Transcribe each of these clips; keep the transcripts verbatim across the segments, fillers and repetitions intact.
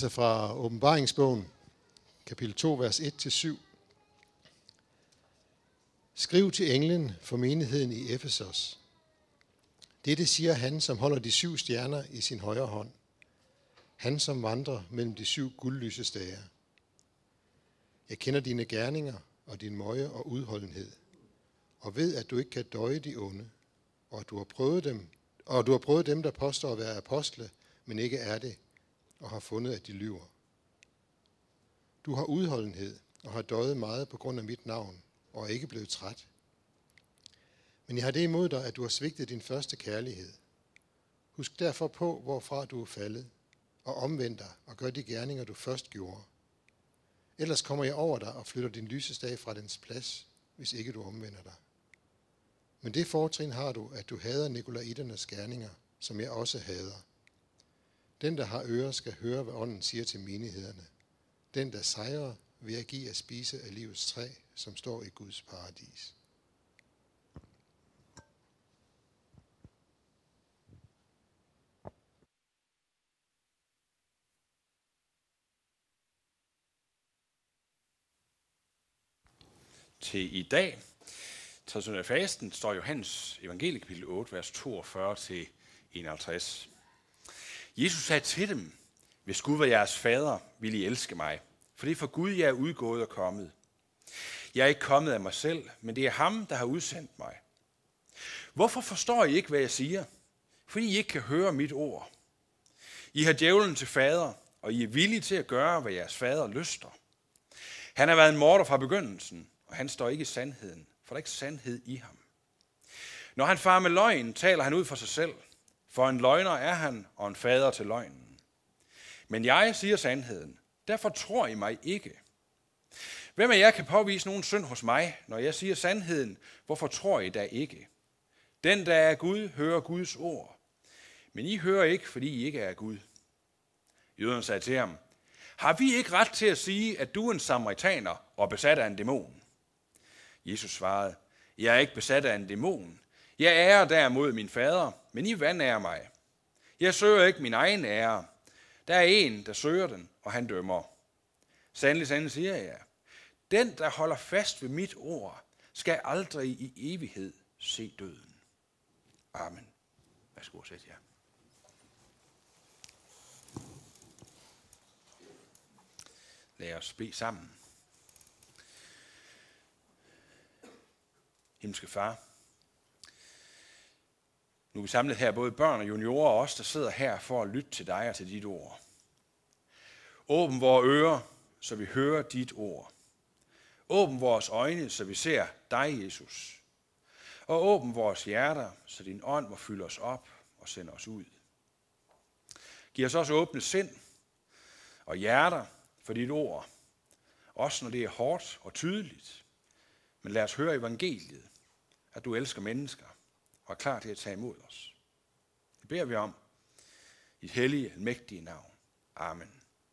Altså fra Åbenbaringsbogen, kapitel to, vers et til syv. Skriv til englen for menigheden i Efesos. Dette siger han, som holder de syv stjerner i sin højre hånd. Han, som vandrer mellem de syv guldlysestager. Jeg kender dine gerninger og din møje og udholdenhed, og ved, at du ikke kan døje de onde, og at du har prøvet dem, og du har prøvet dem, der påstår at være apostle, men ikke er det, og har fundet, at de lyver. Du har udholdenhed og har døjet meget på grund af mit navn, og er ikke blevet træt. Men jeg har det imod dig, at du har svigtet din første kærlighed. Husk derfor på, hvorfra du er faldet, og omvend dig og gør de gerninger, du først gjorde. Ellers kommer jeg over dig og flytter din lysestage fra dens plads, hvis ikke du omvender dig. Men det fortrin har du, at du hader nikolaiternes gerninger, som jeg også hader. Den, der har ører, skal høre, hvad ånden siger til menighederne. Den, der sejrer, vil jeg give at spise af livets træ, som står i Guds paradis. Til i dag, tredje søndag af fasten, står Johannes evangelie kapitel otte, vers toogfyrre til enoghalvtreds. Jesus sagde til dem, hvis Gud var jeres fader, ville I elske mig, for det er for Gud, jeg er udgået og kommet. Jeg er ikke kommet af mig selv, men det er ham, der har udsendt mig. Hvorfor forstår I ikke, hvad jeg siger? Fordi I ikke kan høre mit ord. I har djævlen til fader, og I er villige til at gøre, hvad jeres fader lyster. Han har været en morder fra begyndelsen, og han står ikke i sandheden, for der er ikke sandhed i ham. Når han farer med løgn, taler han ud for sig selv, for en løgner er han, og en fader til løgnen. Men jeg siger sandheden, derfor tror I mig ikke. Hvem af jer kan påvise nogen synd hos mig, når jeg siger sandheden, hvorfor tror I da ikke? Den, der er Gud, hører Guds ord. Men I hører ikke, fordi I ikke er Gud. Jøderne sagde til ham, har vi ikke ret til at sige, at du er en samaritaner og besat af en dæmon? Jesus svarede, jeg er ikke besat af en dæmon. Jeg ærer derimod min fader, men I vanærer mig. Jeg søger ikke min egen ære. Der er en, der søger den, og han dømmer. Sandelig, sandelig siger jeg, den, der holder fast ved mit ord, skal aldrig i evighed se døden. Amen. Værsgo at sætte jer. Lad os bede sammen. Himmelske Far, nu er vi samlet her, både børn og juniorer og os, der sidder her for at lytte til dig og til dit ord. Åbn vores ører, så vi hører dit ord. Åbn vores øjne, så vi ser dig, Jesus. Og åbn vores hjerter, så din ånd må fylde os op og sende os ud. Giv os også åbne sind og hjerter for dit ord, også når det er hårdt og tydeligt. Men lad os høre evangeliet, at du elsker mennesker og er klar til at tage imod os. Det beder vi om i et hellige, mægtige navn. Amen.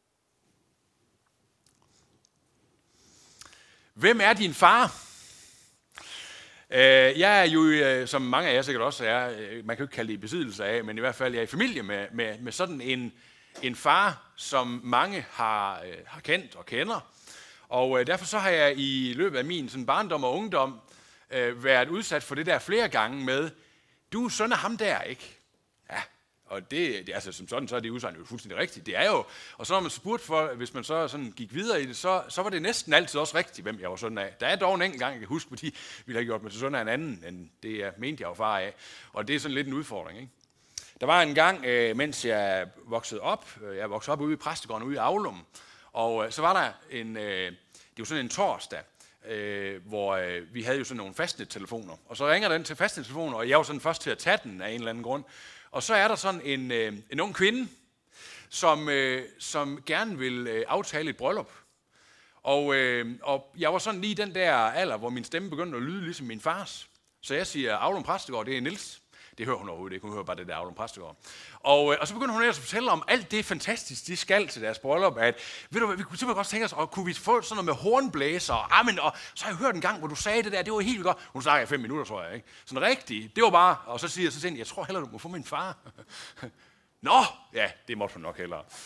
Hvem er din far? Jeg er jo, som mange af jer sikkert også er, man kan jo ikke kalde det i besiddelse af, men i hvert fald jeg er i familie med, med, med sådan en, en far, som mange har, har kendt og kender. Og derfor så har jeg i løbet af min sådan barndom og ungdom øh, været udsat for det der flere gange med, du er søn af ham der, ikke? Ja, og det, det altså som sådan, så er det udsagn jo fuldstændig rigtigt. Det er jo, og så når man spurgte for, hvis man så sådan gik videre i det, så, så var det næsten altid også rigtigt, hvem jeg var søn af. Der er dog en enkelt gang, jeg kan huske, fordi vi har gjort mig til søn af en anden, end det jeg mente, jeg var far af. Og det er sådan lidt en udfordring, ikke? Der var en gang, øh, mens jeg voksede op, jeg voksede op ude i præstegården ude i Aulum, og øh, så var der en... Øh, Det var sådan en torsdag, øh, hvor øh, vi havde jo sådan nogle fastnettelefoner. Og så ringer den til fastnettelefoner, og jeg var sådan først til at tage den af en eller anden grund. Og så er der sådan en, øh, en ung kvinde, som, øh, som gerne vil øh, aftale et bryllup. Og, øh, og jeg var sådan lige den der alder, hvor min stemme begyndte at lyde ligesom min fars. Så jeg siger, Aulum Præstegård, det er Niels. Det hører hun overhovedet ikke, hun hører bare det der Aulum Præstegård. Og, og så begynder hun ellers at fortælle om alt det fantastisk, de skal til deres bryllup, at ved du hvad, vi kunne simpelthen godt tænke os, og kunne vi få sådan noget med hornblæser, og, amen, og så har jeg hørt en gang, hvor du sagde det der, det var helt godt. Hun snakker i fem minutter, tror jeg, ikke? Sådan rigtigt, det var bare, og så siger jeg så til hende, jeg tror hellere, du må få min far. Nå, ja, det måtte hun nok hellere.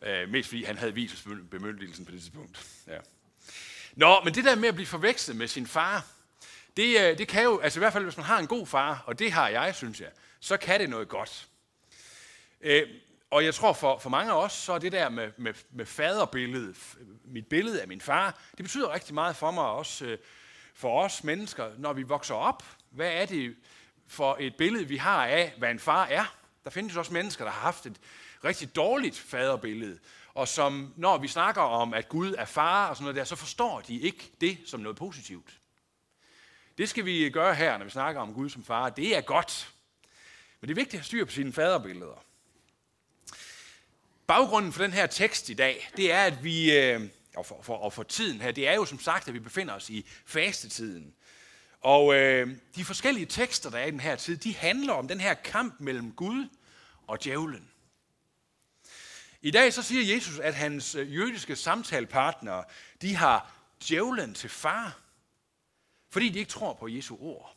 Øh, mest fordi han havde vist bemyndigelsen på det tidspunkt. Ja. Nå, men det der med at blive forvekslet med sin far, det, det kan jo, altså i hvert fald hvis man har en god far, og det har jeg, synes jeg, så kan det noget godt. Øh, og jeg tror for, for mange af os, så er det der med, med, med faderbilledet, mit billede af min far, det betyder rigtig meget for mig også, for os mennesker, når vi vokser op. Hvad er det for et billede, vi har af, hvad en far er? Der findes også mennesker, der har haft et rigtig dårligt faderbillede, og som, når vi snakker om, at Gud er far og sådan noget der, så forstår de ikke det som noget positivt. Det skal vi gøre her, når vi snakker om Gud som far. Det er godt. Men det er vigtigt at styre på sine faderbilleder. Baggrunden for den her tekst i dag, det er, at vi, og for, for, og for tiden her, det er jo som sagt, at vi befinder os i fastetiden. Og øh, de forskellige tekster, der er i den her tid, de handler om den her kamp mellem Gud og djævlen. I dag så siger Jesus, at hans jødiske samtalepartnere, de har djævlen til far, fordi de ikke tror på Jesu ord.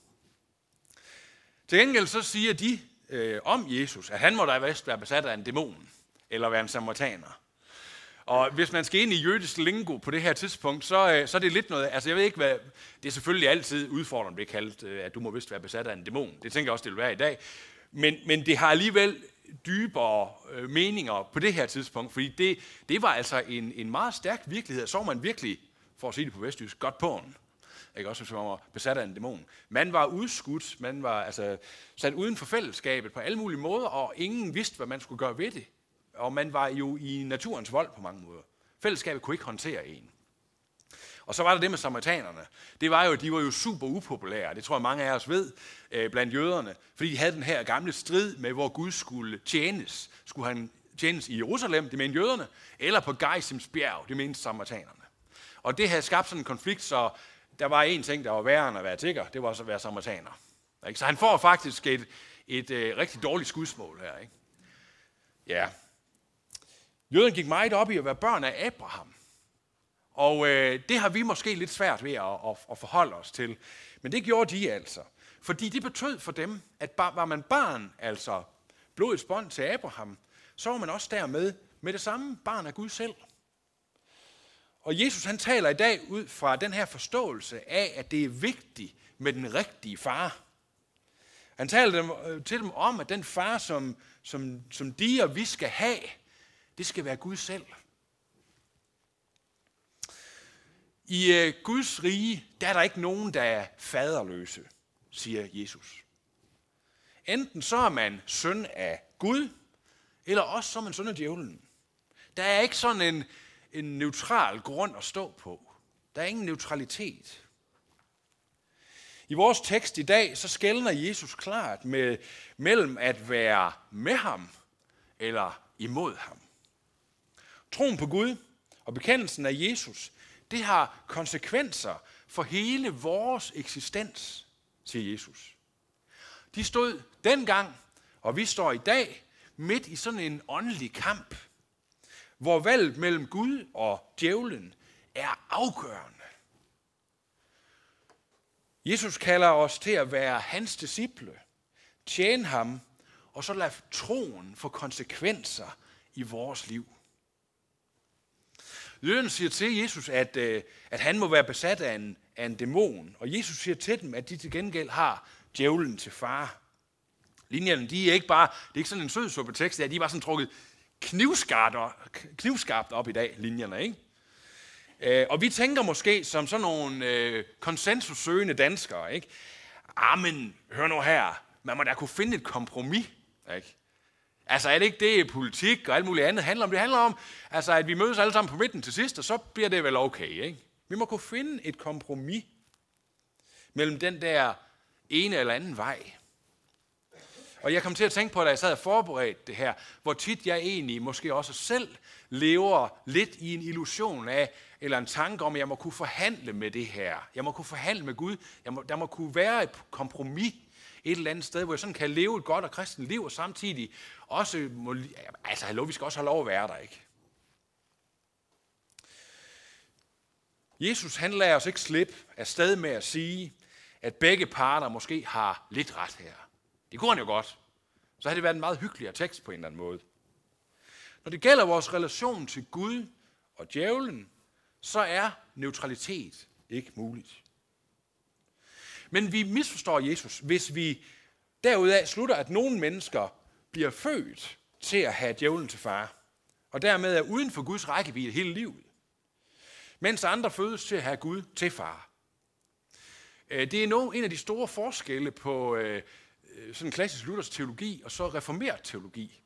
Til gengæld så siger de øh, om Jesus, at han må da vist være besat af en dæmon, eller være en samaritaner. Og hvis man skal ind i jødisk lingo på det her tidspunkt, så, øh, så er det lidt noget, altså jeg ved ikke hvad, det er selvfølgelig altid udfordrende, det er kaldt, øh, at du må vist være besat af en dæmon. Det tænker jeg også, det vil være i dag. Men, men det har alligevel dybere øh, meninger på det her tidspunkt, fordi det, det var altså en, en meget stærk virkelighed. Så var man virkelig, for at sige det på vestjysk, godt på den. Ikke også, hvis man var besat af en dæmon. Man var udskudt, man var altså sat uden for fællesskabet på alle mulige måder, og ingen vidste, hvad man skulle gøre ved det. Og man var jo i naturens vold på mange måder. Fællesskabet kunne ikke håndtere en. Og så var der det med samaritanerne. Det var jo, de var jo super upopulære. Det tror jeg mange af os ved øh, blandt jøderne. Fordi de havde den her gamle strid med, hvor Gud skulle tjenes. Skulle han tjenes i Jerusalem, det mente jøderne, eller på Gejsims bjerg, det mente samaritanerne. Og det havde skabt sådan en konflikt, så der var en ting, der var værre end at være tigger, det var også at være samaritaner. Så han får faktisk et, et, et rigtig dårligt skudsmål her. Ikke? Ja. Jøderne gik meget op i at være børn af Abraham. Og øh, det har vi måske lidt svært ved at, at, at forholde os til. Men det gjorde de altså. Fordi det betød for dem, at var man barn, altså blodets bånd til Abraham, så var man også dermed med det samme barn af Gud selv. Og Jesus han taler i dag ud fra den her forståelse af, at det er vigtigt med den rigtige far. Han taler dem, til dem om, at den far, som, som, som de og vi skal have, det skal være Gud selv. I øh, Guds rige, der er der ikke nogen, der er faderløse, siger Jesus. Enten så er man søn af Gud, eller også så er man søn af djævlen. Der er ikke sådan en, en neutral grund at stå på. Der er ingen neutralitet. I vores tekst i dag, så skelner Jesus klart med, mellem at være med ham, eller imod ham. Troen på Gud og bekendelsen af Jesus, det har konsekvenser for hele vores eksistens, siger Jesus. De stod dengang, og vi står i dag, midt i sådan en åndelig kamp, hvor valget mellem Gud og djævlen er afgørende. Jesus kalder os til at være hans disciple, tjene ham, og så lade troen få konsekvenser i vores liv. Jøden siger til Jesus, at, at han må være besat af en, af en dæmon, og Jesus siger til dem, at de til gengæld har djævlen til far. Linjerne, de er ikke bare, det er ikke sådan en sødsuppe tekst, de er bare sådan trukket knivskarpt op i dag, linjerne, ikke? Øh, og vi tænker måske som sådan nogle øh, konsensussøgende danskere, ikke? Ah, men hør nu her, man må da kunne finde et kompromis, ikke? Altså er det ikke det, politik og alt muligt andet handler om? Det handler om, altså, at vi mødes alle sammen på midten til sidst, og så bliver det vel okay, ikke? Vi må kunne finde et kompromis mellem den der ene eller anden vej. Og jeg kom til at tænke på, da jeg sad og forberedte det her, hvor tit jeg egentlig måske også selv lever lidt i en illusion af, eller en tanke om, at jeg må kunne forhandle med det her. Jeg må kunne forhandle med Gud. Jeg må, der må kunne være et kompromis et eller andet sted, hvor jeg sådan kan leve et godt og kristent liv, og samtidig også må, altså hallo, vi skal også have lov at være der, ikke? Jesus, han lader os ikke slippe afsted med at sige, at begge parter måske har lidt ret her. Det kunne han jo godt. Så havde det været en meget hyggeligere tekst på en eller anden måde. Når det gælder vores relation til Gud og djævlen, så er neutralitet ikke muligt. Men vi misforstår Jesus, hvis vi derudaf slutter, at nogle mennesker bliver født til at have djævlen til far, og dermed er uden for Guds rækkevidde hele livet, mens andre fødes til at have Gud til far. Det er en af de store forskelle på sådan klassisk luthersk teologi og så reformert teologi.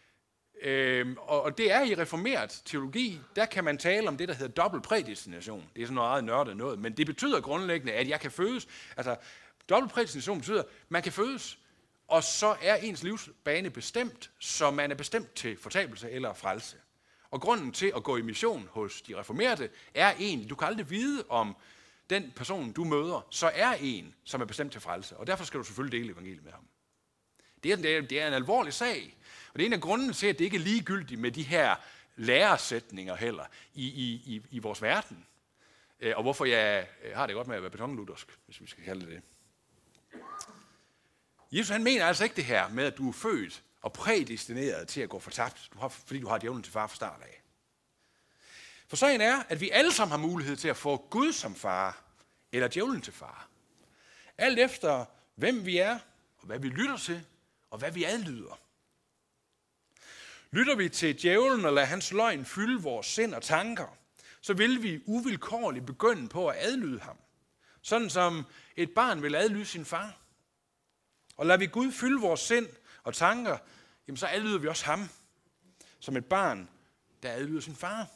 Og det er i reformert teologi, der kan man tale om det, der hedder dobbelt prædestination. Det er sådan noget meget nørdet noget, men det betyder grundlæggende, at jeg kan fødes. Altså, dobbelt prædestination betyder, at man kan fødes, og så er ens livsbane bestemt, så man er bestemt til fortabelse eller frelse. Og grunden til at gå i mission hos de reformerte er en, du kan aldrig vide om den person, du møder, så er en, som er bestemt til frelse. Og derfor skal du selvfølgelig dele evangeliet med ham. Det er, det er en alvorlig sag. Og det er en af grundene til, at det ikke er ligegyldigt med de her læresætninger heller i, i, i, i vores verden. Og hvorfor jeg har det godt med at være betonluthersk, hvis vi skal kalde det det. Jesus han mener altså ikke det her med, at du er født og prædestineret til at gå fortabt, fordi du har djævlen til far fra start af. For sagen er, at vi alle sammen har mulighed til at få Gud som far, eller djævlen til far. Alt efter, hvem vi er, og hvad vi lytter til, og hvad vi adlyder. Lytter vi til djævlen og lader hans løgn fylde vores sind og tanker, så vil vi uvilkårligt begynde på at adlyde ham. Sådan som et barn vil adlyde sin far. Og lader vi Gud fylde vores sind og tanker, jamen så adlyder vi også ham, som et barn, der adlyder sin far.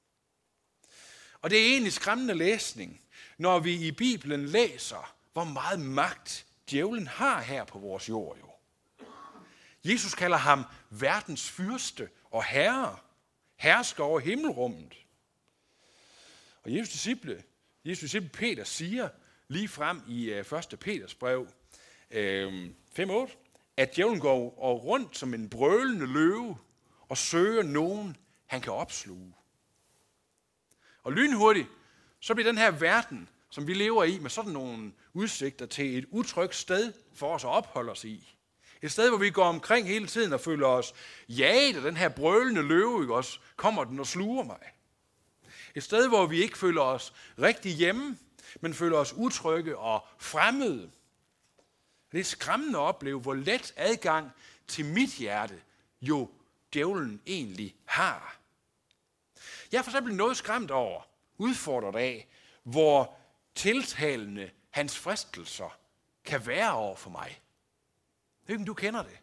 Og det er egentlig skræmmende læsning, når vi i Bibelen læser, hvor meget magt djævlen har her på vores jord jo. Jesus kalder ham verdens fyrste og herre, hersker over himmelrummet. Og Jesus disciple, Jesus disciple Peter siger lige frem i første Peters brev fem otte, at djævlen går rundt som en brølende løve og søger nogen, han kan opsluge. Og lynhurtigt, så bliver den her verden, som vi lever i, med sådan nogle udsigter til et utrygt sted for os at opholde os i. Et sted, hvor vi går omkring hele tiden og føler os jaget af den her brølende løve, ikke også? Kommer den og sluger mig. Et sted, hvor vi ikke føler os rigtig hjemme, men føler os utrygge og fremmede. Det er skræmmende at opleve, hvor let adgang til mit hjerte jo djævlen egentlig har. Jeg er for eksempel noget skræmt over, udfordret af, hvor tiltalende hans fristelser kan være over for mig. Jeg ved ikke, om du kender det.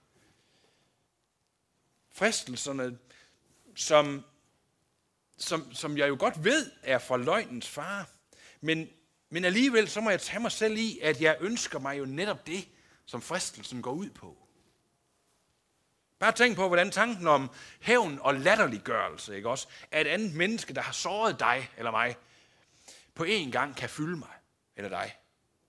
Fristelserne, som, som, som jeg jo godt ved er fra løgnens far, men, men alligevel så må jeg tage mig selv i, at jeg ønsker mig jo netop det, som fristelsen går ud på. Bare tænk på, hvordan tanken om hævn og latterliggørelse, ikke også, af et andet menneske, der har såret dig eller mig, på én gang kan fylde mig eller dig.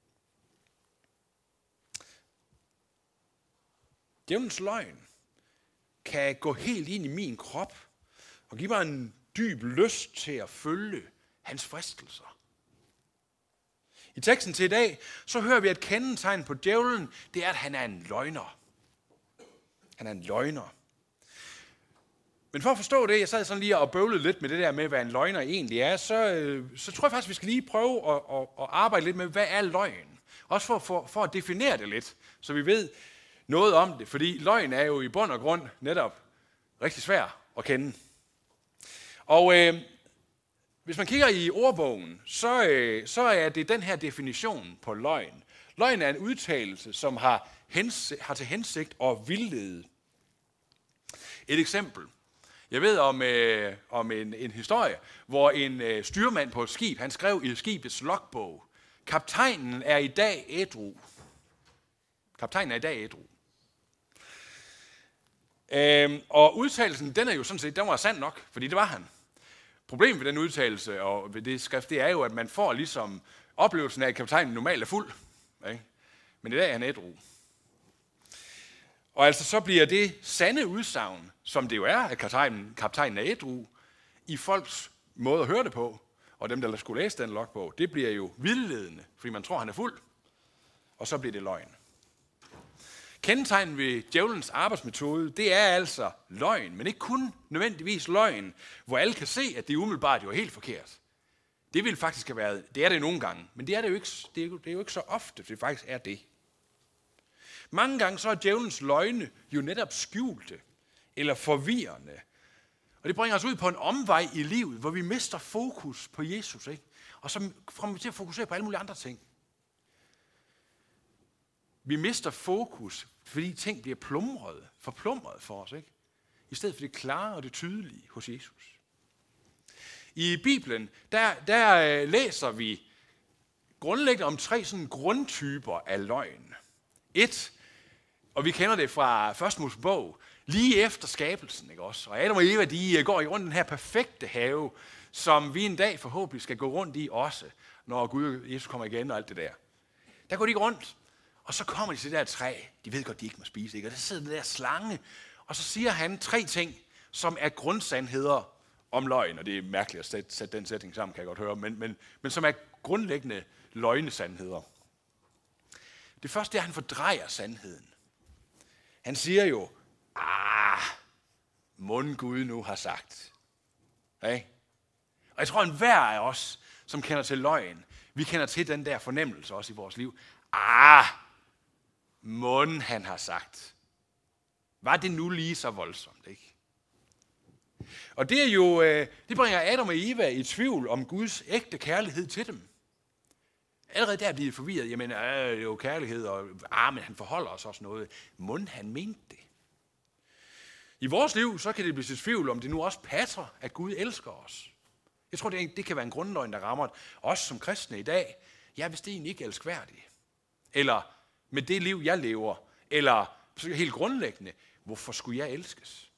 Djævelens løgn kan gå helt ind i min krop og give mig en dyb lyst til at følge hans fristelser. I teksten til i dag, så hører vi, at kendetegn på djævlen, det er, at han er en løgner. Han er en løgner. Men for at forstå det, jeg sad sådan lige og bøvlede lidt med det der med, hvad en løgner egentlig er, så, så tror jeg faktisk, vi skal lige prøve at, at, at arbejde lidt med, hvad er løgn? Også for, for, for at definere det lidt, så vi ved noget om det. Fordi løgn er jo i bund og grund netop rigtig svær at kende. Og øh, hvis man kigger i ordbogen, så, øh, så er det den her definition på løgn. Løgn er en udtalelse, som har, hens- har til hensigt at vildlede. Et eksempel. Jeg ved om, øh, om en, en historie, hvor en øh, styrmand på et skib, han skrev i skibets logbog, kaptajnen er i dag ædru. Kaptajnen er i dag ædru. Øhm, og udtalelsen, den er jo sådan set, den var sand nok, fordi det var han. Problemet ved den udtalelse og ved det skrift, det er jo, at man får ligesom oplevelsen af, at kaptajnen normalt er fuld. Ikke? Men i dag er han ædru. Og altså så bliver det sande udsagn, som det jo er, at kaptajnen, kaptajnen er ædru, i folks måde at høre det på, og dem, der skulle læse den logbog, det bliver jo vildledende, fordi man tror, han er fuld, og så bliver det løgn. Kendetegn ved djævelens arbejdsmetode, det er altså løgn, men ikke kun nødvendigvis løgn, hvor alle kan se, at det umiddelbart jo er helt forkert. Det vil faktisk have været, det er det nogle gange, men det er det jo ikke, det er jo, det er jo ikke så ofte, det faktisk er det. Mange gange så er djævelens løgne jo netop skjulte eller forvirrende. Og det bringer os ud på en omvej i livet, hvor vi mister fokus på Jesus, ikke? Og så kommer vi til at fokusere på alle mulige andre ting. Vi mister fokus, fordi ting bliver plumrede, forplumrede for os, ikke? I stedet for det klare og det tydelige hos Jesus. I Bibelen, der, der læser vi grundlæggende om tre sådan grundtyper af løgn. Et, og vi kender det fra første Mosebog, lige efter skabelsen, ikke også? Og Adam og Eva, de går i rundt den her perfekte have, som vi en dag forhåbentlig skal gå rundt i også, når Gud og Jesus kommer igen og alt det der. Der går de rundt, og så kommer de til det der træ. De ved godt, de ikke må spise, ikke? Og der sidder den der slange, og så siger han tre ting, som er grundsandheder om løgn. Og det er mærkeligt at sætte, sætte den sætning sammen, kan jeg godt høre, men, men, men som er grundlæggende løgnesandheder. Det første er, at han fordrejer sandheden. Han siger jo, ah, mund Gud nu har sagt. Okay? Og jeg tror, en hver af os, som kender til løgn, vi kender til den der fornemmelse også i vores liv. Ah, mund han har sagt. Var det nu lige så voldsomt, ikke? Og det er jo, det bringer Adam og Eva i tvivl om Guds ægte kærlighed til dem. Allerede der bliver de forvirret. Jamen, øh, det er jo kærlighed, og ah, men han forholder os også noget. Mund han mente det. I vores liv, så kan det blive til tvivl, om det nu også passer, at Gud elsker os. Jeg tror, det, det kan være en grundløgn, der rammer os som kristne i dag. Ja, hvis det egentlig ikke er elskværdigt. Eller med det liv, jeg lever. Eller helt grundlæggende, hvorfor skulle jeg elskes?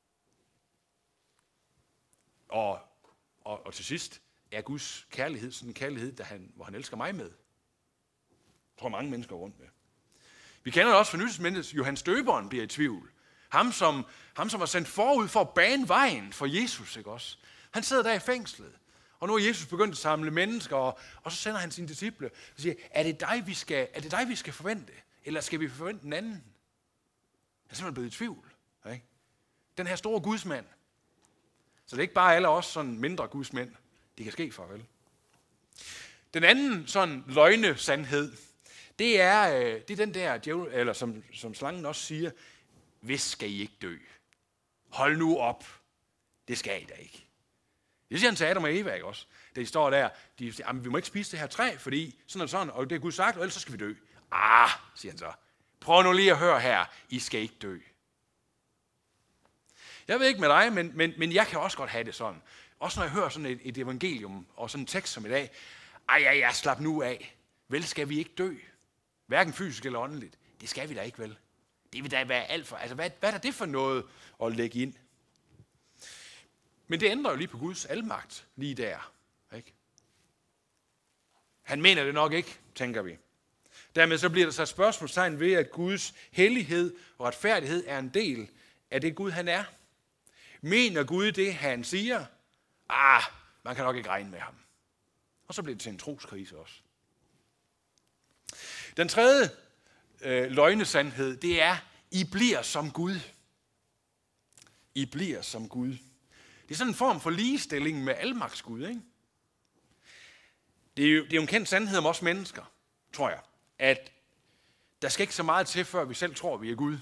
Og, og, og til sidst, er Guds kærlighed sådan en kærlighed, der han, hvor han elsker mig med? Jeg tror, mange mennesker er rundt med. Vi kender det også fra Nytelsesmændet, Johannes Døberen bliver i tvivl. Ham som, ham, som var sendt forud for at bane vejen for Jesus, ikke også? Han sidder der i fængslet, og nu er Jesus begyndt at samle mennesker, og, og så sender han sine disciple og siger, er det dig, vi skal, er det dig, vi skal forvente? Eller skal vi forvente den anden? Han er simpelthen blevet i tvivl. Ikke? Den her store gudsmand. Så det er ikke bare alle os sådan mindre gudsmænd. Det kan ske for, vel? Den anden sådan løgnesandhed, det er, det er den der, djævel, eller som, som slangen også siger, hvis skal I ikke dø. Hold nu op. Det skal I da ikke. Det siger han til Adam og Eva, ikke også? Da de står der, de siger, vi må ikke spise det her træ, fordi sådan og sådan, og det er Gud sagt, og ellers så skal vi dø. Ah, siger han så. Prøv nu lige at høre her, I skal ikke dø. Jeg ved ikke med dig, men, men, men jeg kan også godt have det sådan. Også når jeg hører sådan et, et evangelium og sådan en tekst som i dag. Ej, ja, ja, slap nu af. Vel skal vi ikke dø. Hverken fysisk eller åndeligt. Det skal vi da ikke, vel? Det vil da være alt for. Altså, hvad, hvad er det for noget at lægge ind? Men det ændrer jo lige på Guds almagt lige der. Ikke? Han mener det nok ikke, tænker vi. Dermed så bliver der så et spørgsmålstegn ved, at Guds hellighed og retfærdighed er en del af det Gud, han er. Mener Gud det, han siger? Ah, man kan nok ikke regne med ham. Og så bliver det til en troskrise også. Den tredje øh, løgnesandhed, det er, I bliver som Gud. I bliver som Gud. Det er sådan en form for ligestilling med almagts Gud, ikke? Det er, jo, det er jo en kendt sandhed om os mennesker, tror jeg, at der skal ikke så meget til, før vi selv tror, vi er Gud.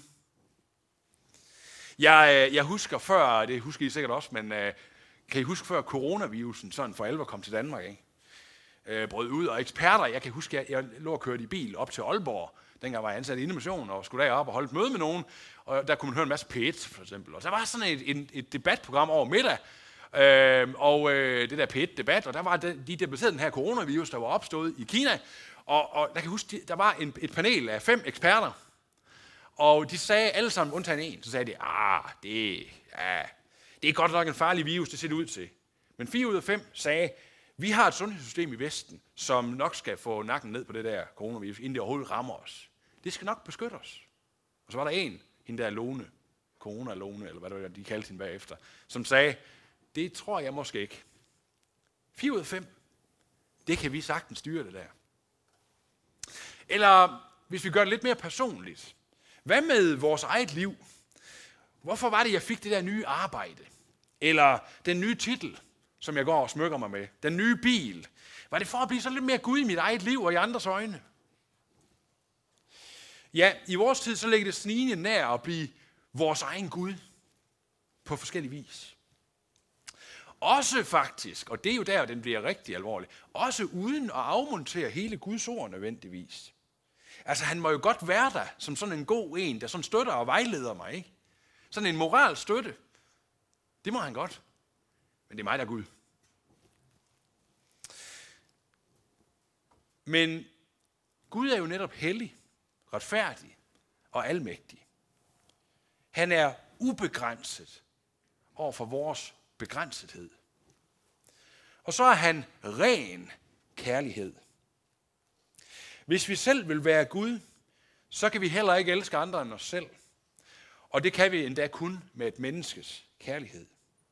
Jeg, jeg husker før, det husker I sikkert også, men uh, kan I huske før coronavirusen sådan for alvor kom til Danmark, ikke? Uh, brød ud, og eksperter, jeg kan huske, jeg, jeg lå og kørte i bil op til Aalborg, dengang var jeg ansat i Innovation, og skulle derop og holde et møde med nogen, og der kunne man høre en masse P et, for eksempel. Og der var sådan et, et, et debatprogram over middag, øh, og øh, det der P et-debat, og der var de, de debatterede den her coronavirus, der var opstået i Kina, og, og der kan jeg huske, der var en, et panel af fem eksperter, og de sagde alle sammen, undtagen en, så sagde de, ah, det, ja, det er godt nok en farlig virus, det ser det ud til. Men fire ud af fem sagde, vi har et sundhedssystem i Vesten, som nok skal få nakken ned på det der coronavirus, inden det overhovedet rammer os. Det skal nok beskytte os. Og så var der en, hende der Lone, Corona-Lone, eller hvad det var, de kaldte hende bagefter, som sagde, det tror jeg måske ikke. Fire ud af fem, det kan vi sagtens styre det der. Eller hvis vi gør det lidt mere personligt, Hvad med vores eget liv? Hvorfor var det, jeg fik det der nye arbejde? Eller den nye titel, som jeg går og smykker mig med? Den nye bil? Var det for at blive så lidt mere Gud i mit eget liv og i andres øjne? Ja, i vores tid så ligger det snigende nær at blive vores egen Gud på forskellige vis. Også faktisk, og det er jo der, den bliver rigtig alvorlig, også uden at afmontere hele Guds ord nødvendigvis. Altså han må jo godt være der som sådan en god en, der sådan støtter og vejleder mig, ikke? Sådan en moral støtte. Det må han godt. Men det er mig, der er Gud. Men Gud er jo netop hellig, retfærdig og almægtig. Han er ubegrænset over for vores begrænsethed. Og så er han ren kærlighed. Hvis vi selv vil være Gud, så kan vi heller ikke elske andre end os selv. Og det kan vi endda kun med et menneskes kærlighed.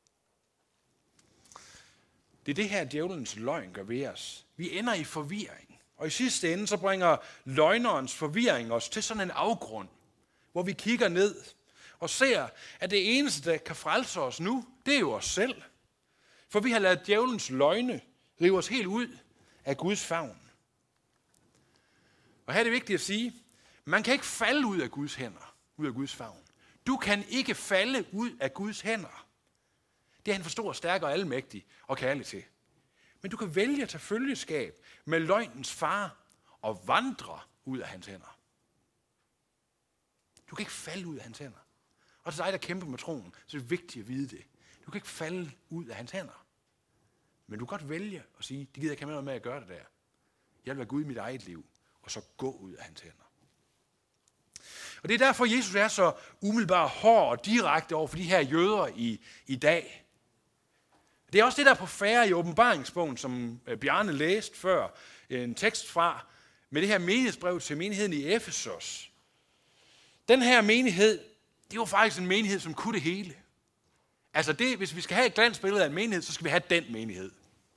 Det er det her, djævelens løgn gør ved os. Vi ender i forvirring. Og i sidste ende, så bringer løgnerens forvirring os til sådan en afgrund, hvor vi kigger ned og ser, at det eneste, der kan frelse os nu, det er jo os selv. For vi har ladet djævelens løgne rive os helt ud af Guds favn. Og her er det vigtigt at sige, man kan ikke falde ud af Guds hænder, ud af Guds favn. Du kan ikke falde ud af Guds hænder. Det er han for stor, stærk og almægtig og kærlig til. Men du kan vælge at tage følgeskab med løgnens far og vandre ud af hans hænder. Du kan ikke falde ud af hans hænder. Og til dig, der kæmper med troen, så er det vigtigt at vide det. Du kan ikke falde ud af hans hænder. Men du kan godt vælge at sige, det gider jeg ikke have noget med at gøre det der. Jeg vil være Gud i mit eget liv, og så gå ud af hans hænder. Og det er derfor, Jesus er så umiddelbart hård og direkte over for de her jøder i, i dag. Det er også det, der er på færre i åbenbaringsbogen, som Bjarne læste før, en tekst fra, med det her menighedsbrev til menigheden i Efesos. Den her menighed, det var faktisk en menighed, som kunne det hele. Altså det, hvis vi skal have et glansbillede af en menighed, så skal vi have den menighed.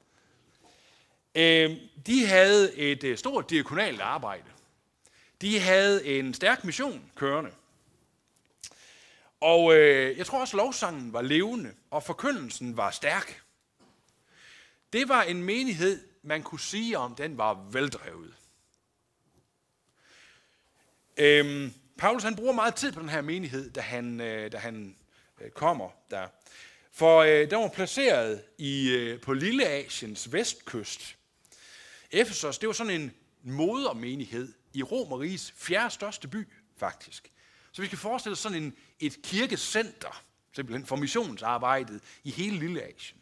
De havde et stort diakonalt arbejde. De havde en stærk mission kørende. Og øh, jeg tror også, at lovsangen var levende, og forkyndelsen var stærk. Det var en menighed, man kunne sige om, den var veldrevet. Øhm, Paulus han bruger meget tid på den her menighed, da han, øh, da han øh, kommer der. For øh, den var placeret i, øh, på Lilleasiens vestkyst. Efesos, det var sådan en modermenighed i Romerrigets fjerde største by, faktisk. Så vi skal forestille os sådan en, et kirkecenter, simpelthen for missionsarbejdet i hele Lilleasien.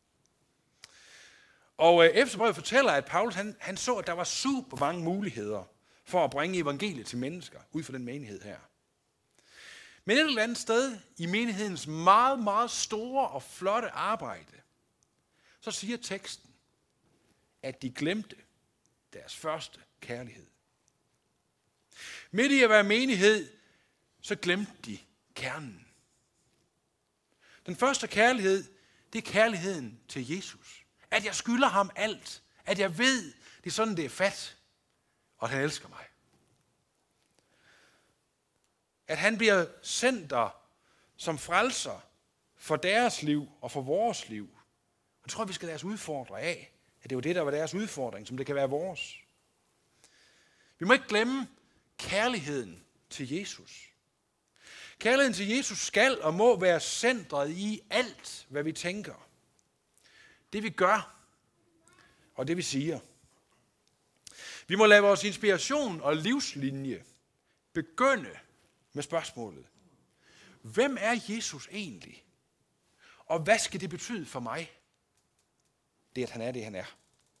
Og øh, Efeserbrevet fortæller, at Paulus han, han så, at der var super mange muligheder for at bringe evangeliet til mennesker ud fra den menighed her. Men et eller andet sted i menighedens meget, meget store og flotte arbejde, så siger teksten, at de glemte deres første kærlighed. Midt i at være menighed, så glemte de kernen. Den første kærlighed, det er kærligheden til Jesus. At jeg skylder ham alt. At jeg ved, det er sådan, det er fat. Og at han elsker mig. At han bliver sendt der som frelser for deres liv og for vores liv. Og det tror jeg, vi skal lade os udfordre af. At det var det, der var deres udfordring, som det kan være vores. Vi må ikke glemme kærligheden til Jesus. Kærligheden til Jesus skal og må være centret i alt, hvad vi tænker. Det vi gør, og det vi siger. Vi må lade vores inspiration og livslinje begynde med spørgsmålet. Hvem er Jesus egentlig? Og hvad skal det betyde for mig? Det at han er det, han er.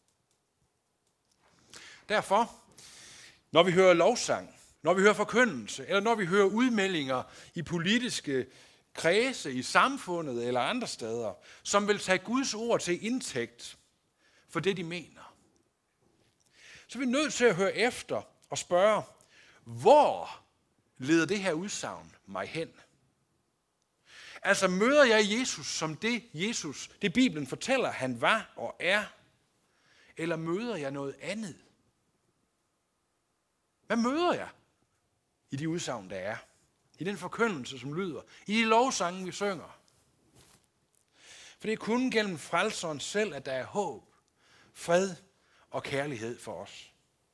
Derfor, når vi hører lovsang, når vi hører forkyndelse, eller når vi hører udmeldinger i politiske kredse, i samfundet eller andre steder, som vil tage Guds ord til indtægt for det, de mener, så er vi nødt til at høre efter og spørge, hvor leder det her udsagn mig hen? Altså møder jeg Jesus som det Jesus, det Bibelen fortæller, han var og er, eller møder jeg noget andet? Hvad møder jeg i de udsagn, der er. I den forkyndelse, som lyder. I de lovsange, vi synger. For det er kun gennem frelseren selv, at der er håb, fred og kærlighed for os.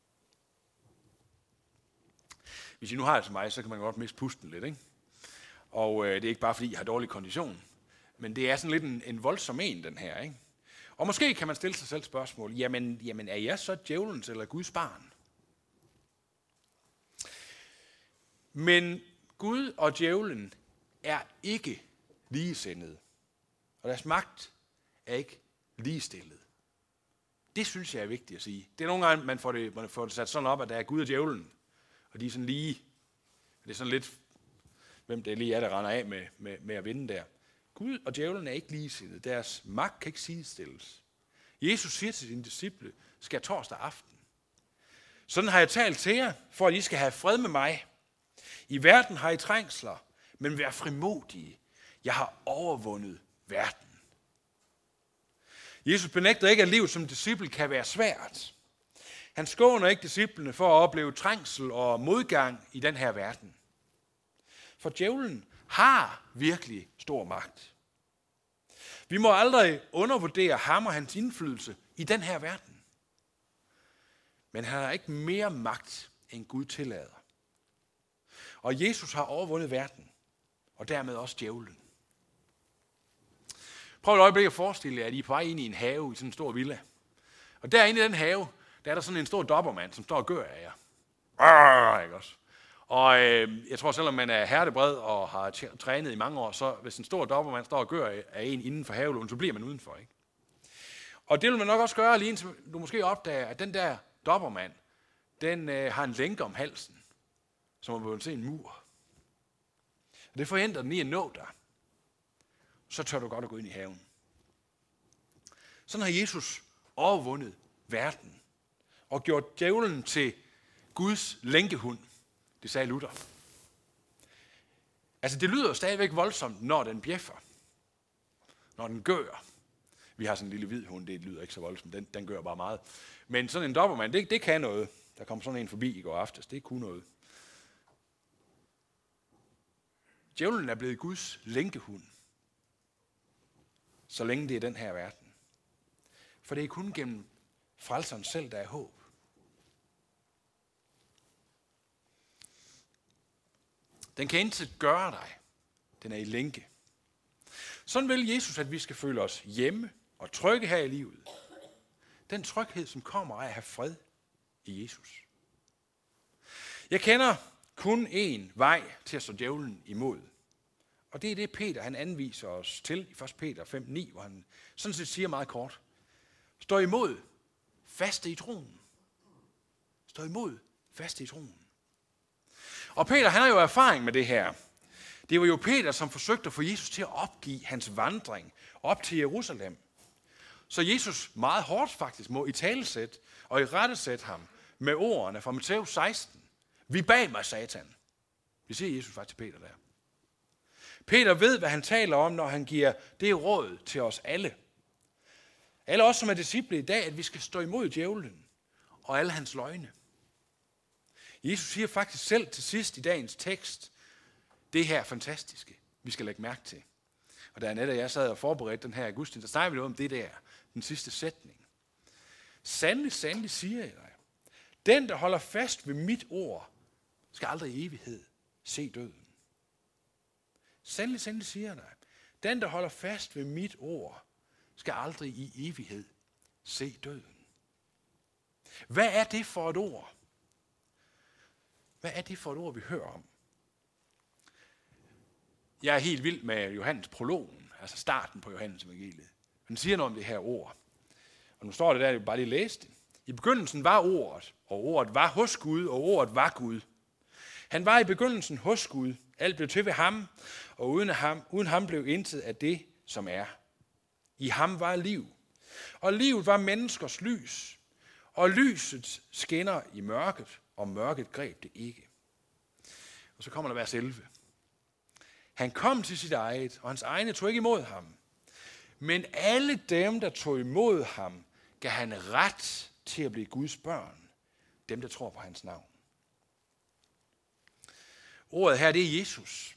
Hvis I nu har det som mig, så kan man godt miste pusten lidt, ikke? Og øh, det er ikke bare, fordi I har dårlig kondition. Men det er sådan lidt en, en voldsom en, den her, ikke? Og måske kan man stille sig selv spørgsmål. Jamen, jamen er jeg så djævelens eller Guds barn? Men Gud og djævlen er ikke ligesindede. Og deres magt er ikke ligestillet. Det synes jeg er vigtigt at sige. Det er nogle gange, man får det, man får det sat sådan op, at der er Gud og djævlen. Og de er sådan lige, det er sådan lidt, hvem det lige er, der render af med, med, med at vinde der. Gud og djævlen er ikke ligesindede. Deres magt kan ikke sidestilles. Jesus siger til sine disciple, skal torsdag aften. Sådan har jeg talt til jer, for at I skal have fred med mig. I verden har I trængsler, men vær frimodige. Jeg har overvundet verden. Jesus benægter ikke, at livet som disciple kan være svært. Han skåner ikke disciplene for at opleve trængsel og modgang i den her verden. For djævlen har virkelig stor magt. Vi må aldrig undervurdere ham og hans indflydelse i den her verden. Men han har ikke mere magt, end Gud tillader. Og Jesus har overvundet verden, og dermed også djævlen. Prøv et øjeblik at forestille jer, at I er på vej ind i en have i sådan en stor villa. Og derinde i den have, der er der sådan en stor dobbermand, som står og gør af jer. Arr, ikke også? Og øh, jeg tror, selvom man er hertebred og har trænet i mange år, så hvis en stor dobbermand står og gør af en inden for havelån, så bliver man udenfor, ikke? Og det vil man nok også gøre, lige indtil du måske opdager, at den der dobbermand, den øh, har en lænke om halsen, som man vil se en mur. Og det forhindrer den i at nå dig. Så tør du godt at gå ind i haven. Sådan har Jesus overvundet verden og gjort djævlen til Guds lænkehund. Det sagde Luther. Altså det lyder stadigvæk voldsomt, når den bjeffer. Når den gør. Vi har sådan en lille hvid hund, det lyder ikke så voldsomt. Den, den gør bare meget. Men sådan en dobbermand, det, det kan noget. Der kom sådan en forbi i går aftes. Det kunne noget. Djævlen er blevet Guds lænkehund. Så længe det er den her verden. For det er kun gennem frelseren selv, der er håb. Den kan intet gøre dig. Den er i lænke. Sådan vil Jesus, at vi skal føle os hjemme og trygge her i livet. Den tryghed, som kommer af at have fred i Jesus. Jeg kender kun én vej til at stå djævlen imod. Og det er det, Peter han anviser os til i første Peter fem ni, hvor han sådan set siger meget kort. Stå imod, faste i troen. Stå imod, faste i troen. Og Peter han har jo erfaring med det her. Det var jo Peter, som forsøgte at få Jesus til at opgive hans vandring op til Jerusalem. Så Jesus meget hårdt faktisk må i talesæt og i rettesæt ham med ordene fra Matthæus seksten. Vi bag mig, Satan. Vi siger Jesus faktisk til Peter der. Peter ved, hvad han taler om, når han giver det råd til os alle. Alle os, som er disciple i dag, at vi skal stå imod djævlen og alle hans løgne. Jesus siger faktisk selv til sidst i dagens tekst, det her fantastiske, vi skal lægge mærke til. Og da Annette og jeg sad og forberedte den her augustin, så snakker vi noget om det der, den sidste sætning. Sandelig, sandelig siger jeg dig, den, der holder fast ved mit ord, skal aldrig i evighed se døden. Sandelig, sandelig siger jeg dig, den, der holder fast ved mit ord, skal aldrig i evighed se døden. Hvad er det for et ord? Hvad er det for et ord, vi hører om? Jeg er helt vild med Johannes prologen, altså starten på Johannes evangeliet. Han siger noget om det her ord. Og nu står det der, jeg vil bare lige læse det. I begyndelsen var ordet, og ordet var hos Gud, og ordet var Gud. Han var i begyndelsen hos Gud. Alt blev til ved ham, og uden ham, uden ham blev intet af det, som er. I ham var liv, og livet var menneskers lys, og lyset skinner i mørket, og mørket greb det ikke. Og så kommer der vers elleve. Han kom til sit eget, og hans egne tog ikke imod ham. Men alle dem, der tog imod ham, gav han ret til at blive Guds børn. Dem, der tror på hans navn. Ordet her, det er Jesus.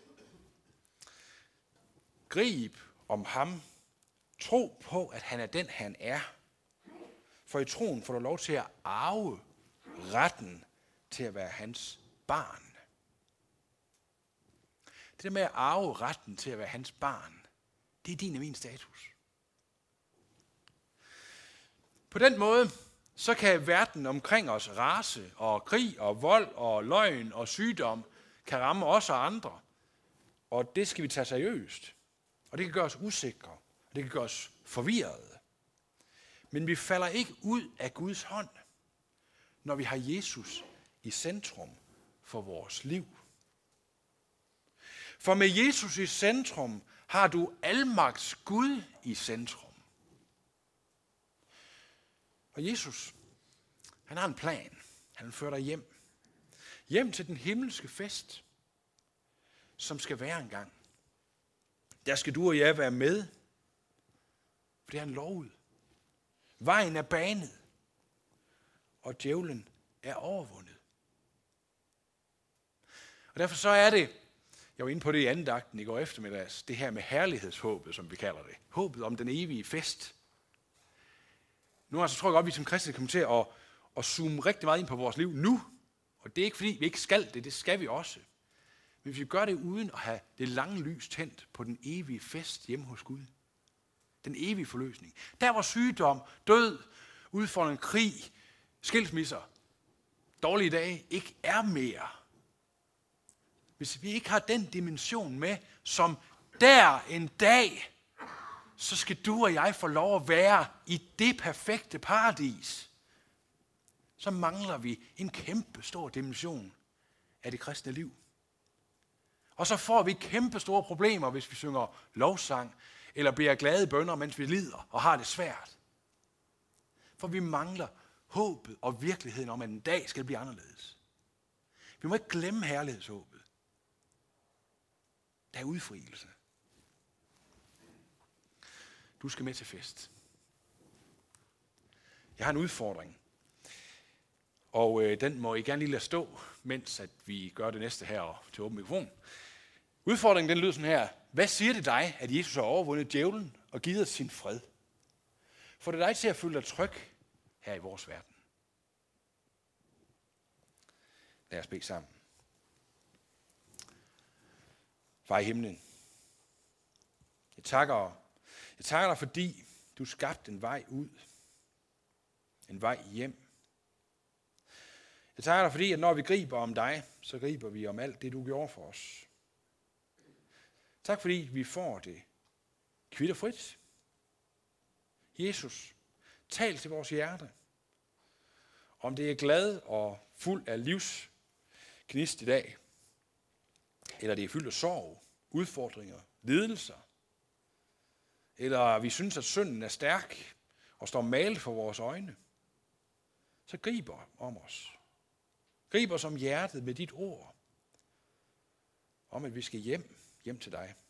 Grib om ham. Tro på, at han er den, han er. For i troen får du lov til at arve retten til at være hans barn. Det der med at arve retten til at være hans barn, det er din og min status. På den måde, så kan verden omkring os rase og krig og vold og løgn og sygdom kan ramme os og andre. Og det skal vi tage seriøst. Og det kan gøre os usikre. Og det kan gøre os forvirrede. Men vi falder ikke ud af Guds hånd, når vi har Jesus i centrum for vores liv. For med Jesus i centrum har du almagts Gud i centrum. Og Jesus, han har en plan. Han vil føre dig hjem. Hjem til den himmelske fest, som skal være engang. Der skal du og jeg være med, for det har han lovet. Vejen er banet, og djævlen er overvundet. Og derfor så er det, jeg var inde på det i andagten i går eftermiddags, det her med herlighedshåbet, som vi kalder det. Håbet om den evige fest. Nu altså, tror jeg godt, at vi som kristne kommer til at, at zoome rigtig meget ind på vores liv nu. Og det er ikke fordi, vi ikke skal det, det skal vi også. Men vi gør det uden at have det lange lys tændt på den evige fest hjemme hos Gud. Den evige forløsning. Der hvor sygdom, død, udfordring, krig, skilsmisser, dårlige dage ikke er mere. Hvis vi ikke har den dimension med, som der en dag, så skal du og jeg få lov at være i det perfekte paradis. Så mangler vi en kæmpe stor dimension af det kristne liv. Og så får vi kæmpe store problemer, hvis vi synger lovsang, eller beder glade bønner, mens vi lider og har det svært. For vi mangler håbet og virkeligheden om, at en dag skal blive anderledes. Vi må ikke glemme herlighedshåbet. Der er udfrielse. Du skal med til fest. Jeg har en udfordring. Og øh, den må I gerne lige lade stå, mens at vi gør det næste her til åben mikrofon. Udfordringen den lyder sådan her. Hvad siger det dig, at Jesus har overvundet djævlen og givet os sin fred? For det dig til at føle dig tryg her i vores verden. Lad os bede sammen. Far i himlen, jeg takker, jeg takker dig, fordi du skabte en vej ud. En vej hjem. Jeg takker dig, fordi at når vi griber om dig, så griber vi om alt det, du gjorde for os. Tak fordi vi får det kvitterfrit. Jesus, tal til vores hjerte. Om det er glad og fuld af livsgnist i dag, eller det er fyldt af sorg, udfordringer, lidelser, eller vi synes, at synden er stærk og står malet for vores øjne, så griber om os. Grib os om hjertet med dit ord, om at vi skal hjem, hjem til dig.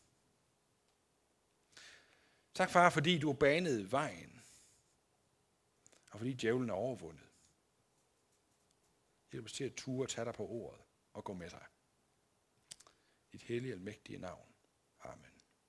Tak, far, fordi du har banet vejen, og fordi djævlen er overvundet. Hjælp os til at ture og tage dig på ordet og gå med dig. I dit hellige og mægtige navn. Amen.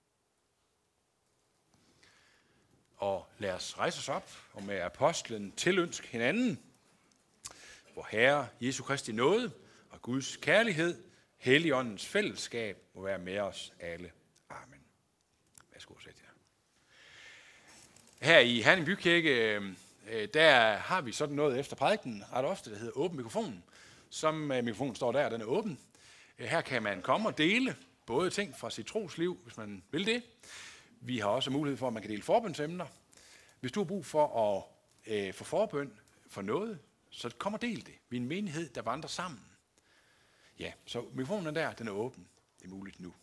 Og lad os rejse os op og med apostlen tilønske hinanden, hvor Herre Jesu Kristi nåde og Guds kærlighed, Helligåndens fællesskab må være med os alle. Amen. Værsgo, sæt jer. Her i Herning Bykirke, der har vi sådan noget efter prædiken ret ofte, der hedder åben mikrofon. Som mikrofonen står der, den er åben. Her kan man komme og dele både ting fra sit trosliv, hvis man vil det. Vi har også mulighed for, at man kan dele forbønsemner. Hvis du har brug for at øh, få forbøn for noget, så kom og del det. Vi er en menighed, der vandrer sammen. Ja, så mikrofonen der, den er åben. Det er muligt nu.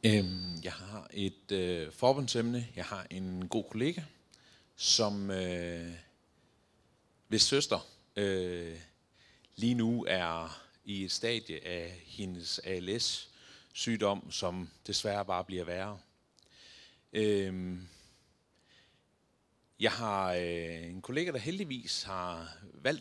Øhm, jeg har et øh, forbundsemne. Jeg har en god kollega, som øh, hvis søster øh, lige nu er i et stadie af hendes A L S-sygdom, som desværre bare bliver værre. Øhm, jeg har øh, en kollega, der heldigvis har valgt